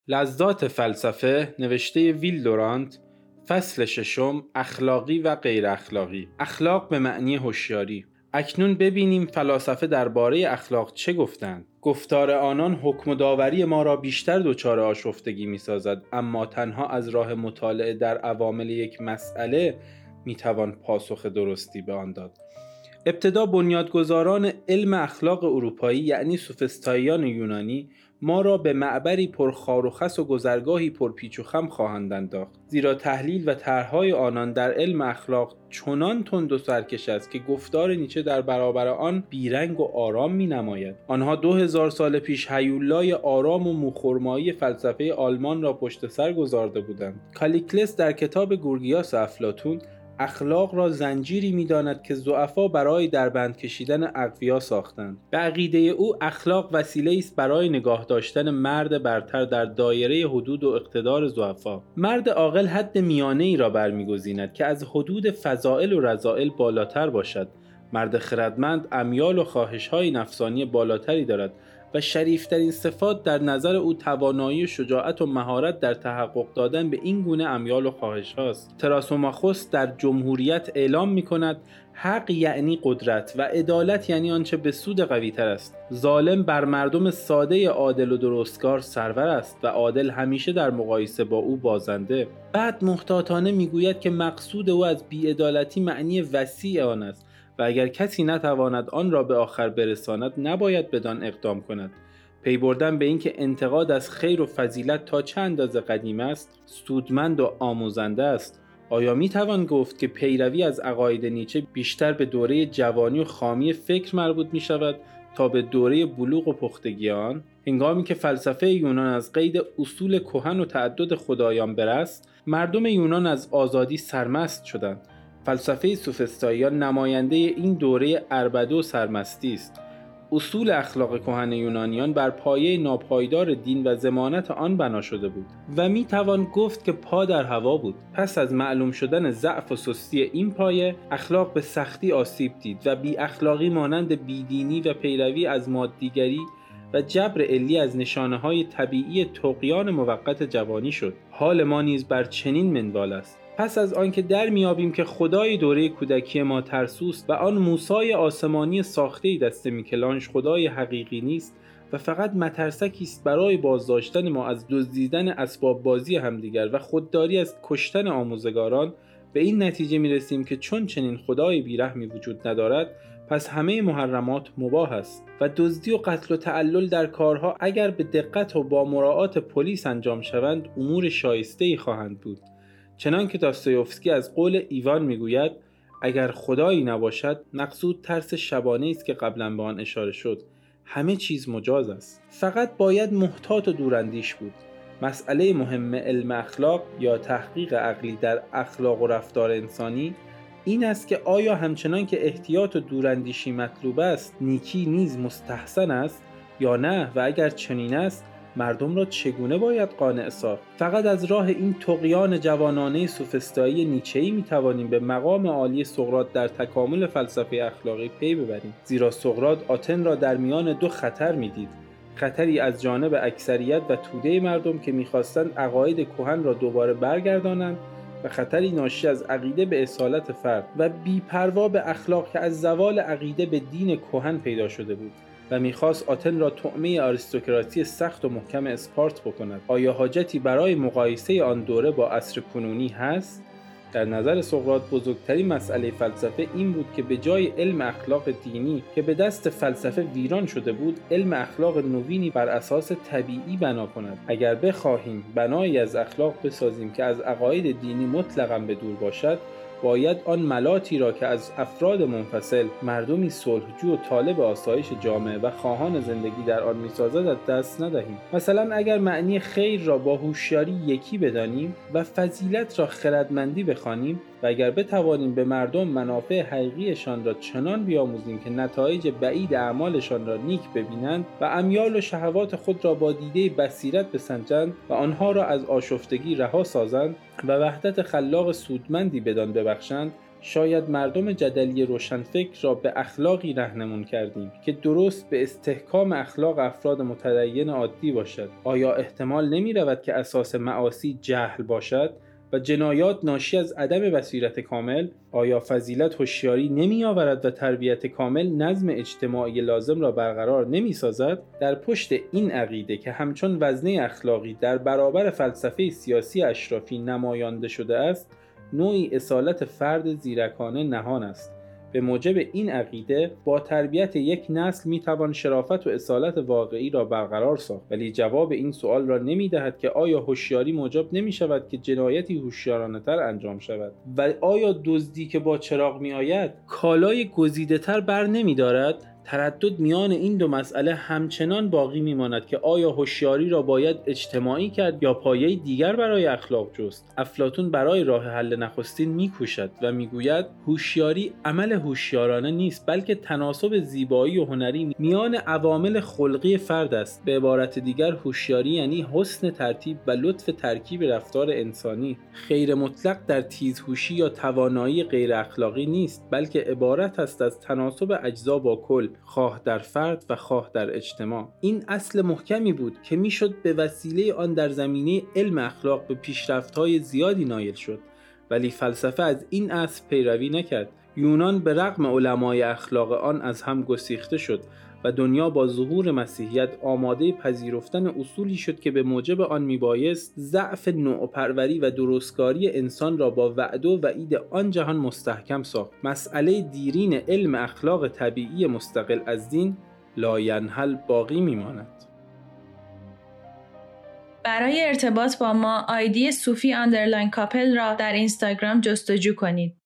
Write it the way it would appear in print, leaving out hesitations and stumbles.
لذات فلسفه نوشته ویل دورانت، فصل ششم، اخلاقی و غیر اخلاقی. اخلاق به معنی هوشیاری. اکنون ببینیم فلاسفه درباره اخلاق چه گفتند. گفتار آنان حکم و داوری ما را بیشتر دچار آشفتگی می‌سازد، اما تنها از راه مطالعه در عوامل یک مسئله می‌توان پاسخ درستی به آن داد. ابتدا بنیادگذاران علم اخلاق اروپایی یعنی سوفسطائیان یونانی ما را به معبری پر خار و خس و گذرگاهی پر پیچ و خم خواهند انداخت، زیرا تحلیل و طرح‌های آنان در علم اخلاق چنان تند و سرکش است که گفتار نیچه در برابر آن بیرنگ و آرام می‌نماید. آنها 2000 سال پیش هیولای آرام و موخرمایی فلسفه آلمان را پشت سر گذارده بودند. کالیکلس در کتاب گورگیاس افلاطون اخلاق را زنجیری می‌داند که ضعفا برای دربند کشیدن اقویا ساختند. به عقیده او اخلاق وسیله‌ای است برای نگاه داشتن مرد برتر در دایره حدود و اقتدار ضعفا. مرد عاقل حد میانه‌ای را برمی‌گزیند که از حدود فضائل و رذائل بالاتر باشد. مرد خردمند امیال و خواهش‌های نفسانی بالاتری دارد و شریفترین صفات در نظر او توانایی و شجاعت و مهارت در تحقق دادن به این گونه امیال و خواهش هاست. تراسوماخوس در جمهوریت اعلام می کند حق یعنی قدرت و عدالت یعنی آنچه به سود قوی تر است. ظالم بر مردم ساده عادل و درستکار سرور است و عادل همیشه در مقایسه با او بازنده. بعد محتاطانه می گوید که مقصود او از بی‌عدالتی معنی وسیع آن است و اگر کسی نتواند آن را به آخر برساند نباید بدان اقدام کند. پی بردن به اینکه انتقاد از خیر و فضیلت تا چه اندازه قدیم است، سودمند و آموزنده است. آیا می توان گفت که پیروی از عقاید نیچه بیشتر به دوره جوانی و خامی فکر مربوط می شود تا به دوره بلوغ و پختگی آن؟ هنگامی که فلسفه یونان از قید اصول کهن و تعدد خدایان برست، مردم یونان از آزادی سرمست شدند. فلسفه سوفسطائیان نماینده این دوره عربده و سرمستی است. اصول اخلاق کهن یونانیان بر پایه ناپایدار دین و ضمانت آن بنا شده بود و می توان گفت که پا در هوا بود. پس از معلوم شدن ضعف و سستی این پایه، اخلاق به سختی آسیب دید و بی اخلاقی مانند بیدینی و پیروی از مادیگری و جبر علی از نشانه‌های طبیعی طغیان موقت جوانی شد. حال ما نیز بر چنین منوال است. پس از آنکه در میابیم که خدای دوره کودکی ما ترسوست و آن موسی آسمانی ساخته‌ای دست میکلانژ خدای حقیقی نیست و فقط مترسکی است برای بازداشتن ما از دزدیدن اسباب بازی همدیگر و خودداری از کشتن آموزگاران، به این نتیجه میرسیم که چون چنین خدای بیرحمی وجود ندارد، پس همه محرمات مباح است و دزدی و قتل و تعلل در کارها اگر به دقت و با مراعات پلیس انجام شوند امور شایسته‌ای خواهند بود. چنان که داستایوفسکی از قول ایوان میگوید اگر خدایی نباشد، مقصود ترس شبانه است که قبلا به آن اشاره شد. همه چیز مجاز است. فقط باید محتاط و دوراندیش بود. مسئله مهم علم اخلاق یا تحقیق عقلی در اخلاق و رفتار انسانی این است که آیا همچنان که احتیاط و دوراندیشی مطلوب است، نیکی نیز مستحسن است یا نه، و اگر چنین است مردم را چگونه باید قانع ساخت؟ فقط از راه این طغیان جوانانه سوفسطایی نیچه‌ای میتوانیم به مقام عالی سقراط در تکامل فلسفه اخلاقی پی ببریم، زیرا سقراط آتن را در میان دو خطر میدید: خطری از جانب اکثریت و توده مردم که میخواستند عقاید کهن را دوباره برگردانند و خطری ناشی از عقیده به اصالت فرد و بی‌پروا به اخلاق که از زوال عقیده به دین کهن پیدا شده بود و میخواست آتن را طعمه آریستوکراسی سخت و محکم اسپارت بکند. آیا حاجتی برای مقایسه آن دوره با عصر کنونی هست؟ در نظر سقراط بزرگترین مسئله فلسفه این بود که به جای علم اخلاق دینی که به دست فلسفه ویران شده بود، علم اخلاق نوینی بر اساس طبیعی بنا کند. اگر بخواهیم بنایی از اخلاق بسازیم که از عقاید دینی مطلقاً به دور باشد، باید آن ملاتی را که از افراد منفصل مردمی صلحجو و طالب آسایش جامعه و خواهان زندگی در آن می‌سازد از دست ندهیم. مثلا اگر معنی خیر را با هوشیاری یکی بدانیم و فضیلت را خردمندی بخوانیم و اگر بتوانیم به مردم منافع حقیقیشان را چنان بیاموزیم که نتایج بعید اعمالشان را نیک ببینند و امیال و شهوات خود را با دیده بصیرت بسنجند و آنها را از آشفتگی رها سازند و وحدت خلاق سودمندی بدان ببخشند، شاید مردم جدلی روشنفکر را به اخلاقی رهنمون کردیم که درست به استحکام اخلاق افراد متدین عادی باشد. آیا احتمال نمی رود که اساس معاصی جهل باشد و جنایات ناشی از عدم بصیرت کامل؟ آیا فضیلت هوشیاری نمی آورد و تربیت کامل نظم اجتماعی لازم را برقرار نمی سازد؟ در پشت این عقیده که همچون وزنه اخلاقی در برابر فلسفه سیاسی اشرافی نمایانده شده است، نوعی اصالت فرد زیرکانه نهان است. به موجب این عقیده با تربیت یک نسل میتوان شرافت و اصالت واقعی را برقرار ساخت، ولی جواب این سوال را نمیدهد که آیا هوشیاری موجب نمی شود که جنایتی هوشیارانه تر انجام شود و آیا دزدی که با چراغ می آید کالای گزیده تر بر نمی دارد؟ تردد میان این دو مسئله همچنان باقی میماند که آیا هوشیاری را باید اجتماعی کرد یا پایه دیگر برای اخلاق جست. افلاطون برای راه حل نخستین میکوشد و میگوید هوشیاری عمل هوشیارانه نیست، بلکه تناسب زیبایی و هنری میان عوامل خلقی فرد است. به عبارت دیگر هوشیاری یعنی حسن ترتیب و لطف ترکیب رفتار انسانی. خیر مطلق در تیزهوشی یا توانایی غیر اخلاقی نیست، بلکه عبارت است از تناسب اجزا با کل، خواه در فرد و خواه در اجتماع. این اصل محکمی بود که میشد به وسیله آن در زمینه علم اخلاق به پیشرفت‌های زیادی نایل شد، ولی فلسفه از این اصل پیروی نکرد. یونان به رغم علمای اخلاق آن از هم گسیخته شد و دنیا با ظهور مسیحیت آماده پذیرفتن اصولی شد که به موجب آن میبایست ضعف نوع‌پروری و درستکاری انسان را با وعده و وعید آن جهان مستحکم ساخت. مسئله دیرین علم اخلاق طبیعی مستقل از دین لاینحل باقی میماند. برای ارتباط با ما آیدی صوفی _ کاپل را در اینستاگرام جستجو کنید.